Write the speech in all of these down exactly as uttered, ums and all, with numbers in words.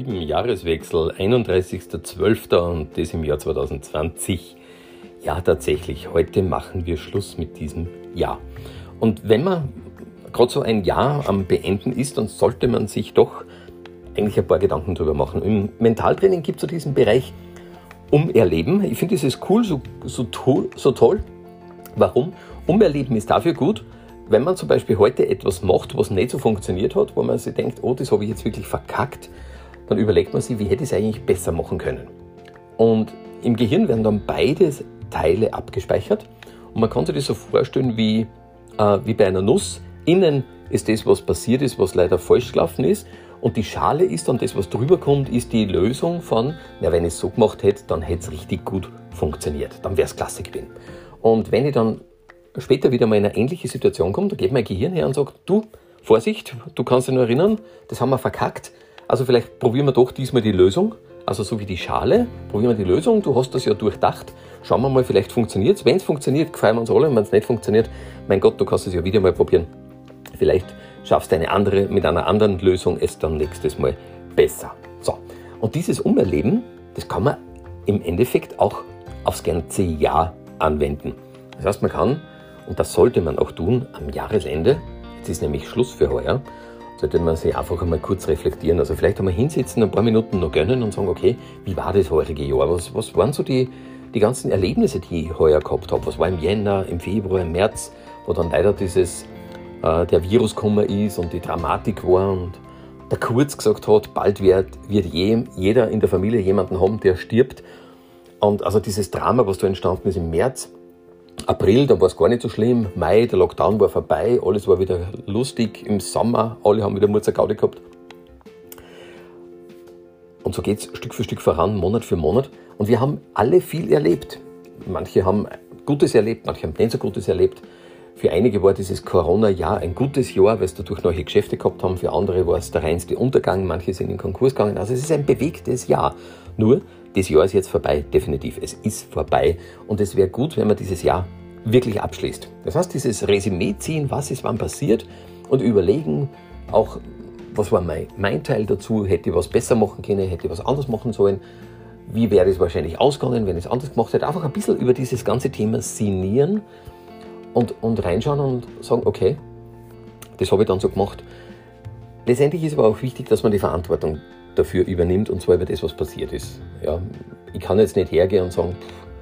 lieben, Jahreswechsel, einunddreißigster zwölfter und das im Jahr zweitausendzwanzig. Ja, tatsächlich, heute machen wir Schluss mit diesem Jahr. Und wenn man gerade so ein Jahr am Beenden ist, dann sollte man sich doch eigentlich ein paar Gedanken drüber machen. Im Mentaltraining gibt es so diesen Bereich Umerleben. Ich finde, das ist cool, so, so, toll, so toll. Warum? Umerleben ist dafür gut, wenn man zum Beispiel heute etwas macht, was nicht so funktioniert hat, wo man sich denkt, oh, das habe ich jetzt wirklich verkackt, dann überlegt man sich, wie hätte ich es eigentlich besser machen können. Und im Gehirn werden dann beide Teile abgespeichert und man kann sich das so vorstellen wie, äh, wie bei einer Nuss. Innen ist das, was passiert ist, was leider falsch gelaufen ist, und die Schale ist dann das, was drüber kommt, ist die Lösung von, na, wenn ich es so gemacht hätte, dann hätte es richtig gut funktioniert, dann wäre es klasse gewesen. Und wenn ich dann später wieder mal in eine ähnliche Situation komme, da geht mein Gehirn her und sagt, du, Vorsicht, du kannst dich nur erinnern, das haben wir verkackt, also vielleicht probieren wir doch diesmal die Lösung, also so wie die Schale, probieren wir die Lösung, du hast das ja durchdacht, schauen wir mal, vielleicht funktioniert es. Wenn es funktioniert, gefallen wir uns alle, und wenn es nicht funktioniert, mein Gott, du kannst es ja wieder mal probieren. Vielleicht schaffst du eine andere, mit einer anderen Lösung es dann nächstes Mal besser. So, und dieses Umerleben, das kann man im Endeffekt auch aufs ganze Jahr anwenden. Das heißt, man kann, und das sollte man auch tun, am Jahresende, jetzt ist nämlich Schluss für heuer, sollte man sich einfach einmal kurz reflektieren. Also vielleicht einmal hinsetzen, ein paar Minuten noch gönnen und sagen, okay, wie war das heurige Jahr? Was, was waren so die, die ganzen Erlebnisse, die ich heuer gehabt habe? Was war im Jänner, im Februar, im März, wo dann leider dieses, äh, der Virus gekommen ist und die Dramatik war und der Kurz gesagt hat, bald wird, wird je, jeder in der Familie jemanden haben, der stirbt. Und also dieses Drama, was da entstanden ist im März, April, da war es gar nicht so schlimm, Mai, der Lockdown war vorbei, alles war wieder lustig, im Sommer, alle haben wieder Murzer Gaudi gehabt. Und so geht es Stück für Stück voran, Monat für Monat. Und wir haben alle viel erlebt. Manche haben Gutes erlebt, manche haben nicht so Gutes erlebt. Für einige war dieses Corona-Jahr ein gutes Jahr, weil sie dadurch neue Geschäfte gehabt haben. Für andere war es der reinste Untergang, manche sind in Konkurs gegangen. Also es ist ein bewegtes Jahr. Nur, das Jahr ist jetzt vorbei, definitiv. Es ist vorbei und es wäre gut, wenn man dieses Jahr wirklich abschließt. Das heißt, dieses Resümee ziehen, was ist wann passiert und überlegen auch, was war mein, mein Teil dazu, hätte ich was besser machen können, hätte ich was anders machen sollen, wie wäre es wahrscheinlich ausgegangen, wenn ich es anders gemacht hätte. Einfach ein bisschen über dieses ganze Thema sinnieren und, und reinschauen und sagen, okay, das habe ich dann so gemacht. Letztendlich ist aber auch wichtig, dass man die Verantwortung dafür übernimmt, und zwar über das, was passiert ist. Ja, ich kann jetzt nicht hergehen und sagen,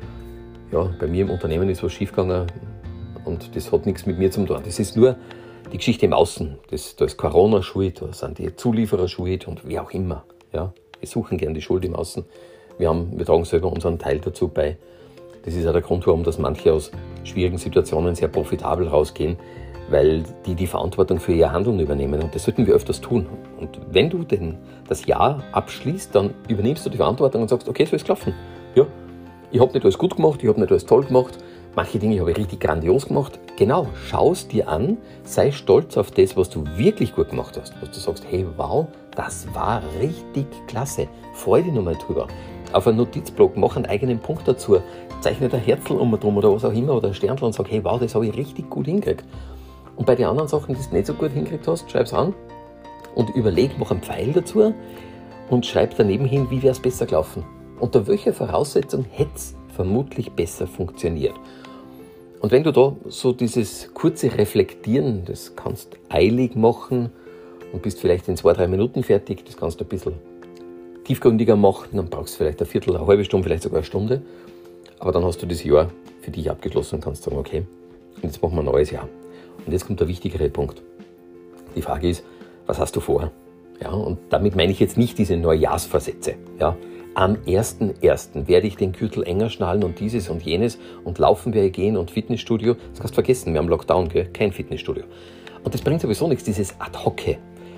ja, bei mir im Unternehmen ist was schiefgegangen und das hat nichts mit mir zu tun. Das ist nur die Geschichte im Außen. Das, da ist Corona schuld, da sind die Zulieferer schuld und wie auch immer. Ja, wir suchen gern die Schuld im Außen. Wir, haben, wir tragen selber unseren Teil dazu bei. Das ist auch der Grund, warum dass manche aus schwierigen Situationen sehr profitabel rausgehen, weil die die Verantwortung für ihr Handeln übernehmen. Und das sollten wir öfters tun. Und wenn du denn das Jahr abschließt, dann übernimmst du die Verantwortung und sagst, okay, so ist gelaufen. Ja, ich habe nicht alles gut gemacht, ich habe nicht alles toll gemacht, manche Dinge habe ich richtig grandios gemacht. Genau, schau es dir an, sei stolz auf das, was du wirklich gut gemacht hast. Was du sagst, hey, wow, das war richtig klasse. Freu dich nochmal drüber. Auf einen Notizblock, mach einen eigenen Punkt dazu, zeichne ein Herzl um drum oder was auch immer oder ein Sternl und sag, hey, wow, das habe ich richtig gut hingekriegt. Und bei den anderen Sachen, die du nicht so gut hingekriegt hast, schreib es an und überleg, mach einen Pfeil dazu und schreib daneben hin, wie wäre es besser gelaufen. Unter welcher Voraussetzung hätte es vermutlich besser funktioniert. Und wenn du da so dieses kurze Reflektieren, das kannst eilig machen und bist vielleicht in zwei, drei Minuten fertig, das kannst du ein bisschen tiefgründiger machen, dann brauchst du vielleicht eine Viertel, eine halbe Stunde, vielleicht sogar eine Stunde. Aber dann hast du das Jahr für dich abgeschlossen und kannst sagen, okay, und jetzt machen wir ein neues Jahr. Und jetzt kommt der wichtigere Punkt. Die Frage ist, was hast du vor? Ja, und damit meine ich jetzt nicht diese Neujahrsvorsätze. Ja. Am ersten ersten werde ich den Gürtel enger schnallen und dieses und jenes und laufen werde ich gehen und Fitnessstudio. Das kannst du vergessen, wir haben Lockdown, gell? Kein Fitnessstudio. Und das bringt sowieso nichts, dieses Ad-Hoc.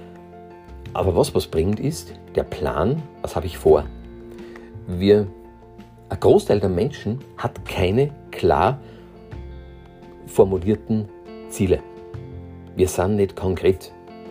Aber was was bringt ist, der Plan, was habe ich vor? Wir, ein Großteil der Menschen hat keine klar formulierten Ziele. Wir sind nicht konkret.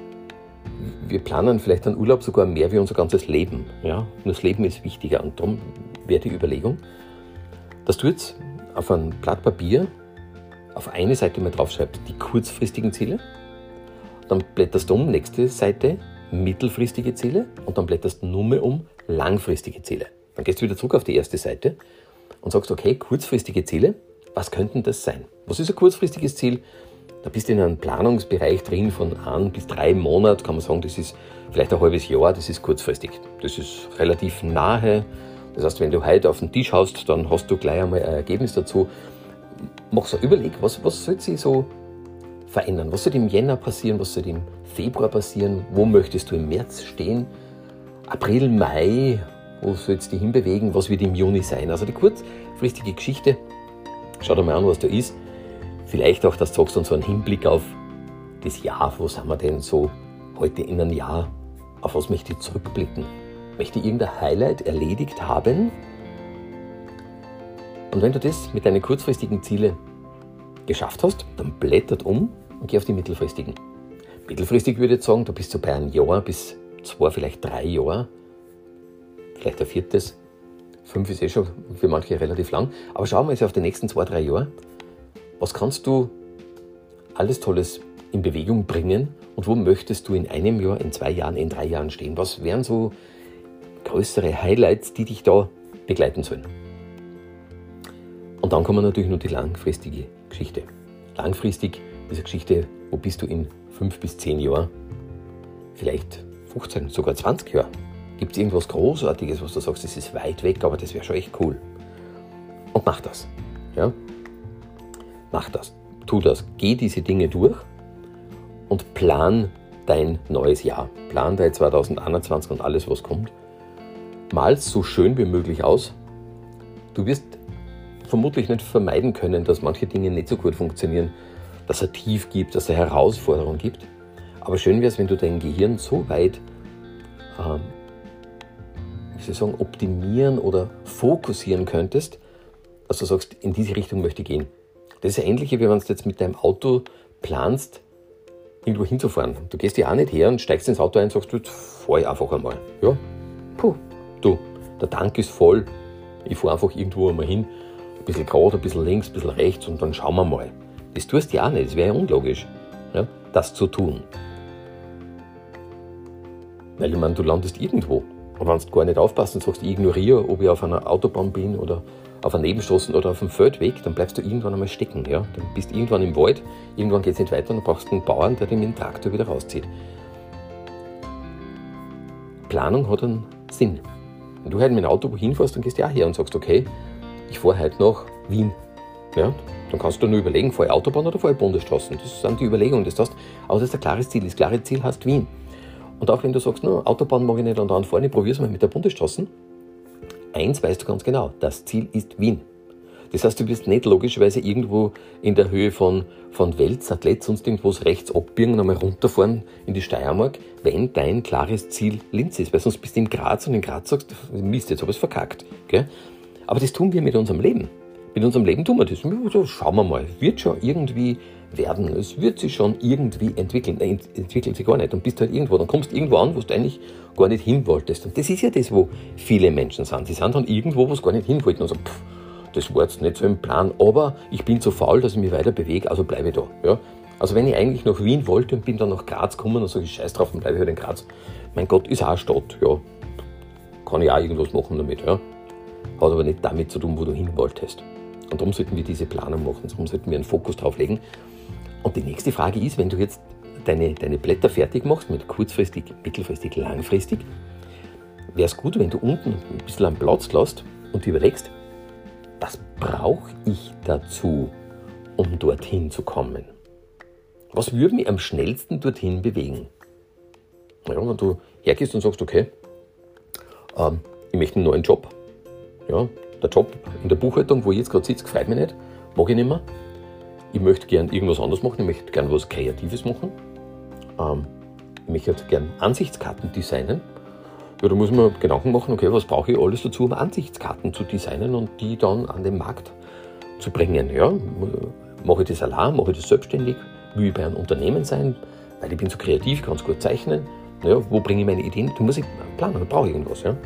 Wir planen vielleicht einen Urlaub sogar mehr wie unser ganzes Leben. Ja? Und das Leben ist wichtiger. Und darum wäre die Überlegung, dass du jetzt auf ein Blatt Papier auf eine Seite mal draufschreibst, die kurzfristigen Ziele. Dann blätterst du um, nächste Seite, mittelfristige Ziele und dann blätterst du nur mehr um langfristige Ziele. Dann gehst du wieder zurück auf die erste Seite und sagst, okay, kurzfristige Ziele, was könnten das sein? Was ist ein kurzfristiges Ziel? Da bist du in einem Planungsbereich drin von ein bis drei Monaten, kann man sagen, das ist vielleicht ein halbes Jahr, das ist kurzfristig. Das ist relativ nahe. Das heißt, wenn du heute auf den Tisch haust, dann hast du gleich einmal ein Ergebnis dazu. Mach so, überleg, was, was soll sich so verändern? Was soll im Jänner passieren? Was soll im Februar passieren? Wo möchtest du im März stehen? April, Mai, wo sollst du dich hinbewegen? Was wird im Juni sein? Also die kurzfristige Geschichte, schau dir mal an, was da ist. Vielleicht auch, dass du sagst, und so einen Hinblick auf das Jahr, wo sind wir denn so heute in einem Jahr? Auf was möchte ich zurückblicken? Möchte ich irgendein Highlight erledigt haben? Und wenn du das mit deinen kurzfristigen Zielen geschafft hast, dann blättert um und geh auf die mittelfristigen. Mittelfristig würde ich jetzt sagen, du bist so bei einem Jahr bis zwei, vielleicht drei Jahre, vielleicht ein viertes, fünf ist eh schon für manche relativ lang, aber schauen wir jetzt auf die nächsten zwei, drei Jahre. Was kannst du alles Tolles in Bewegung bringen und wo möchtest du in einem Jahr, in zwei Jahren, in drei Jahren stehen? Was wären so größere Highlights, die dich da begleiten sollen? Und dann kommen natürlich nur die langfristige Geschichte. Langfristig ist eine Geschichte, wo bist du in fünf bis zehn Jahren, vielleicht fünfzehn, sogar zwanzig Jahren. Gibt es irgendwas Großartiges, was du sagst, das ist weit weg, aber das wäre schon echt cool. Und mach das. Ja? Mach das. Tu das. Geh diese Dinge durch und plan dein neues Jahr. Plan dein zwanzig einundzwanzig und alles, was kommt. Mal es so schön wie möglich aus. Du wirst vermutlich nicht vermeiden können, dass manche Dinge nicht so gut funktionieren, dass es ein Tief gibt, dass es eine Herausforderung gibt. Aber schön wäre es, wenn du dein Gehirn so weit ähm, wie soll ich sagen, optimieren oder fokussieren könntest, dass du sagst, in diese Richtung möchte ich gehen. Das ist ja ähnlich, wie wenn du jetzt mit deinem Auto planst, irgendwo hinzufahren. Du gehst ja auch nicht her und steigst ins Auto ein und sagst, jetzt fahr ich einfach einmal. Ja, puh, du, der Tank ist voll, ich fahre einfach irgendwo einmal hin, ein bisschen gerade, ein bisschen links, ein bisschen rechts und dann schauen wir mal. Das tust du ja auch nicht, das wäre ja unlogisch, ja, das zu tun. Weil ich meine, du landest irgendwo. Und wenn du gar nicht aufpasst und sagst, ich ignoriere, ob ich auf einer Autobahn bin oder auf einer Nebenstraße oder auf einem Feldweg, dann bleibst du irgendwann einmal stecken. Ja? Dann bist du irgendwann im Wald, irgendwann geht es nicht weiter und dann brauchst du einen Bauern, der dich mit dem Traktor wieder rauszieht. Planung hat einen Sinn. Wenn du heute mit dem Auto wohin fährst, dann gehst du auch her und sagst, okay, ich fahre heute nach Wien. Ja? Dann kannst du nur überlegen, fahre ich Autobahn oder fahre ich Bundesstraßen. Das sind die Überlegungen, das heißt, aber das ist ein klares Ziel. Das klare Ziel heißt Wien. Und auch wenn du sagst, no, Autobahn mag ich nicht und dann fahren, ich probiere es mal mit der Bundesstraße. Eins weißt du ganz genau, das Ziel ist Wien. Das heißt, du wirst nicht logischerweise irgendwo in der Höhe von, von Wels, Athlet, sonst irgendwas rechts abbiegen und einmal runterfahren in die Steiermark, wenn dein klares Ziel Linz ist. Weil sonst bist du in Graz und in Graz sagst, Mist, jetzt habe ich es verkackt. Gell? Aber das tun wir mit unserem Leben. Mit unserem Leben tun wir das. So, schauen wir mal, wird schon irgendwie werden. Es wird sich schon irgendwie entwickeln. Nein, entwickelt sich gar nicht. Und bist halt irgendwo. Dann kommst du irgendwo an, wo du eigentlich gar nicht hin wolltest. Und das ist ja das, wo viele Menschen sind. Sie sind dann irgendwo, wo sie gar nicht hin wollten. Und sagen, pff, das war jetzt nicht so im Plan, aber ich bin so faul, dass ich mich weiter bewege, also bleibe ich da. Ja? Also wenn ich eigentlich nach Wien wollte und bin dann nach Graz gekommen und sage, ich scheiß drauf, dann bleibe ich halt in Graz. Mein Gott, ist auch eine Stadt. Ja. Kann ich auch irgendwas machen damit. Ja? Hat aber nicht damit zu tun, wo du hin wolltest. Und darum sollten wir diese Planung machen, darum sollten wir einen Fokus drauf legen. Und die nächste Frage ist, wenn du jetzt deine, deine Blätter fertig machst, mit kurzfristig, mittelfristig, langfristig, wäre es gut, wenn du unten ein bisschen am Platz lässt und überlegst, was brauche ich dazu, um dorthin zu kommen? Was würde mich am schnellsten dorthin bewegen? Ja, wenn du hergehst und sagst, okay, ähm, ich möchte einen neuen Job. Ja, der Job in der Buchhaltung, wo ich jetzt gerade sitze, gefällt mich nicht, mag ich nicht mehr. Ich möchte gerne irgendwas anderes machen, ich möchte gerne was Kreatives machen. Ähm, ich möchte gerne Ansichtskarten designen. Ja, da muss man Gedanken machen, okay, was brauche ich alles dazu, um Ansichtskarten zu designen und die dann an den Markt zu bringen. Ja, mache ich das allein, mache ich das selbstständig, will ich bei einem Unternehmen sein, weil ich bin so kreativ, kann es gut zeichnen. Ja, wo bringe ich meine Ideen? Da muss ich planen, da brauche ich irgendwas. Ja.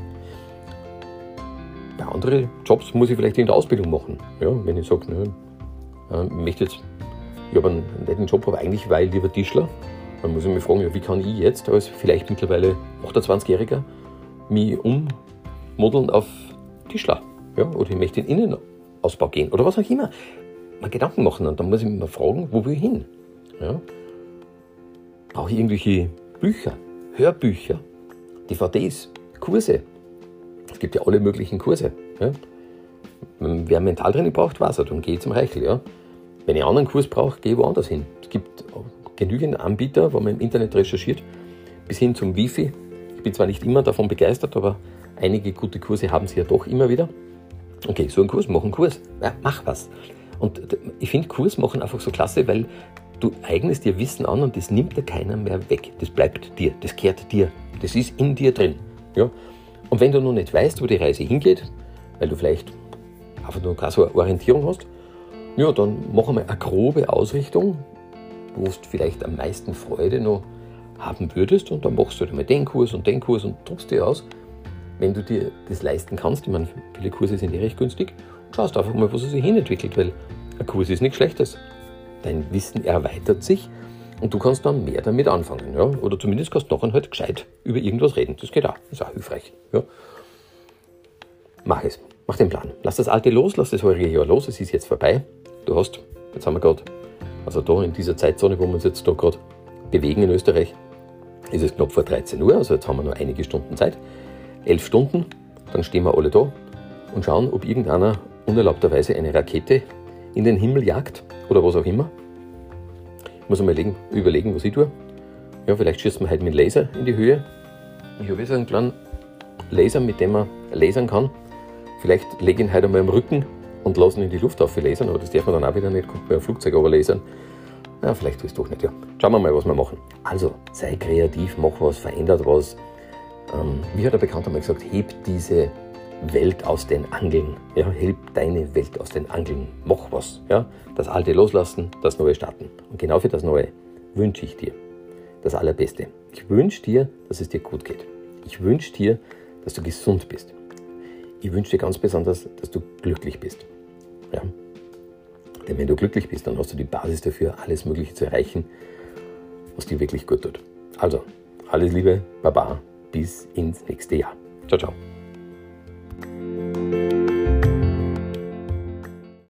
Bei anderen Jobs muss ich vielleicht irgendeine Ausbildung machen. Ja, wenn ich sage, ne, ich möchte jetzt, ich habe einen netten Job, aber eigentlich war ich lieber Tischler. Dann muss ich mich fragen, ja, wie kann ich jetzt als vielleicht mittlerweile achtundzwanzigjähriger mich ummodeln auf Tischler? Ja? Oder ich möchte in den Innenausbau gehen oder was auch immer. Mal Gedanken machen und dann muss ich mich mal fragen, wo will ich hin? Ja? Brauche ich irgendwelche Bücher, Hörbücher, D V Ds, Kurse? Es gibt ja alle möglichen Kurse. Ja? Wer Mentaltraining braucht, weiß er, dann gehe ich zum Reichel. Ja? Wenn ich einen anderen Kurs brauche, gehe ich woanders hin. Es gibt genügend Anbieter, wo man im Internet recherchiert, bis hin zum Wifi. Ich bin zwar nicht immer davon begeistert, aber einige gute Kurse haben sie ja doch immer wieder. Okay, so einen Kurs, mach einen Kurs. Ja, mach was. Und ich finde Kurs machen einfach so klasse, weil du eignest dir Wissen an und das nimmt dir keiner mehr weg. Das bleibt dir, das kehrt dir. Das ist in dir drin. Ja? Und wenn du noch nicht weißt, wo die Reise hingeht, weil du vielleicht einfach nur keine so eine Orientierung hast, ja, dann mach einmal eine grobe Ausrichtung, wo du vielleicht am meisten Freude noch haben würdest, und dann machst du halt einmal den Kurs und den Kurs und druckst dir aus, wenn du dir das leisten kannst. Ich meine, viele Kurse sind eh recht günstig, und schaust einfach mal, wo es sich hinentwickelt, weil ein Kurs ist nichts Schlechtes. Dein Wissen erweitert sich und du kannst dann mehr damit anfangen. Ja? Oder zumindest kannst du nachher halt gescheit über irgendwas reden. Das geht auch, ist auch hilfreich. Ja? Mach es, mach den Plan. Lass das Alte los, lass das heurige Jahr los, es ist jetzt vorbei. Du hast, jetzt haben wir gerade, also da in dieser Zeitzone, wo wir uns jetzt da gerade bewegen in Österreich, ist es knapp vor dreizehn Uhr, also jetzt haben wir noch einige Stunden Zeit. Elf Stunden, dann stehen wir alle da und schauen, ob irgendeiner unerlaubterweise eine Rakete in den Himmel jagt oder was auch immer. Ich muss einmal überlegen, überlegen, was ich tue. Ja, vielleicht schießt man halt mit Laser in die Höhe. Ich habe jetzt einen kleinen Laser, mit dem man lasern kann. Vielleicht lege ich ihn heute einmal am Rücken und lasse ihn in die Luft auf für lasern, aber das darf man dann auch wieder nicht, kommt bei einem Flugzeug aber lasern. Ja, vielleicht ist es doch nicht, ja. Schauen wir mal, was wir machen. Also, sei kreativ, mach was, verändert was. Ähm, wie hat ein Bekannter mal gesagt, heb diese Welt aus den Angeln. Ja, heb deine Welt aus den Angeln. Mach was. Ja? Das Alte loslassen, das Neue starten. Und genau für das Neue wünsche ich dir das Allerbeste. Ich wünsche dir, dass es dir gut geht. Ich wünsche dir, dass du gesund bist. Ich wünsche dir ganz besonders, dass du glücklich bist. Ja? Denn wenn du glücklich bist, dann hast du die Basis dafür, alles Mögliche zu erreichen, was dir wirklich gut tut. Also, alles Liebe, Baba, bis ins nächste Jahr. Ciao, ciao.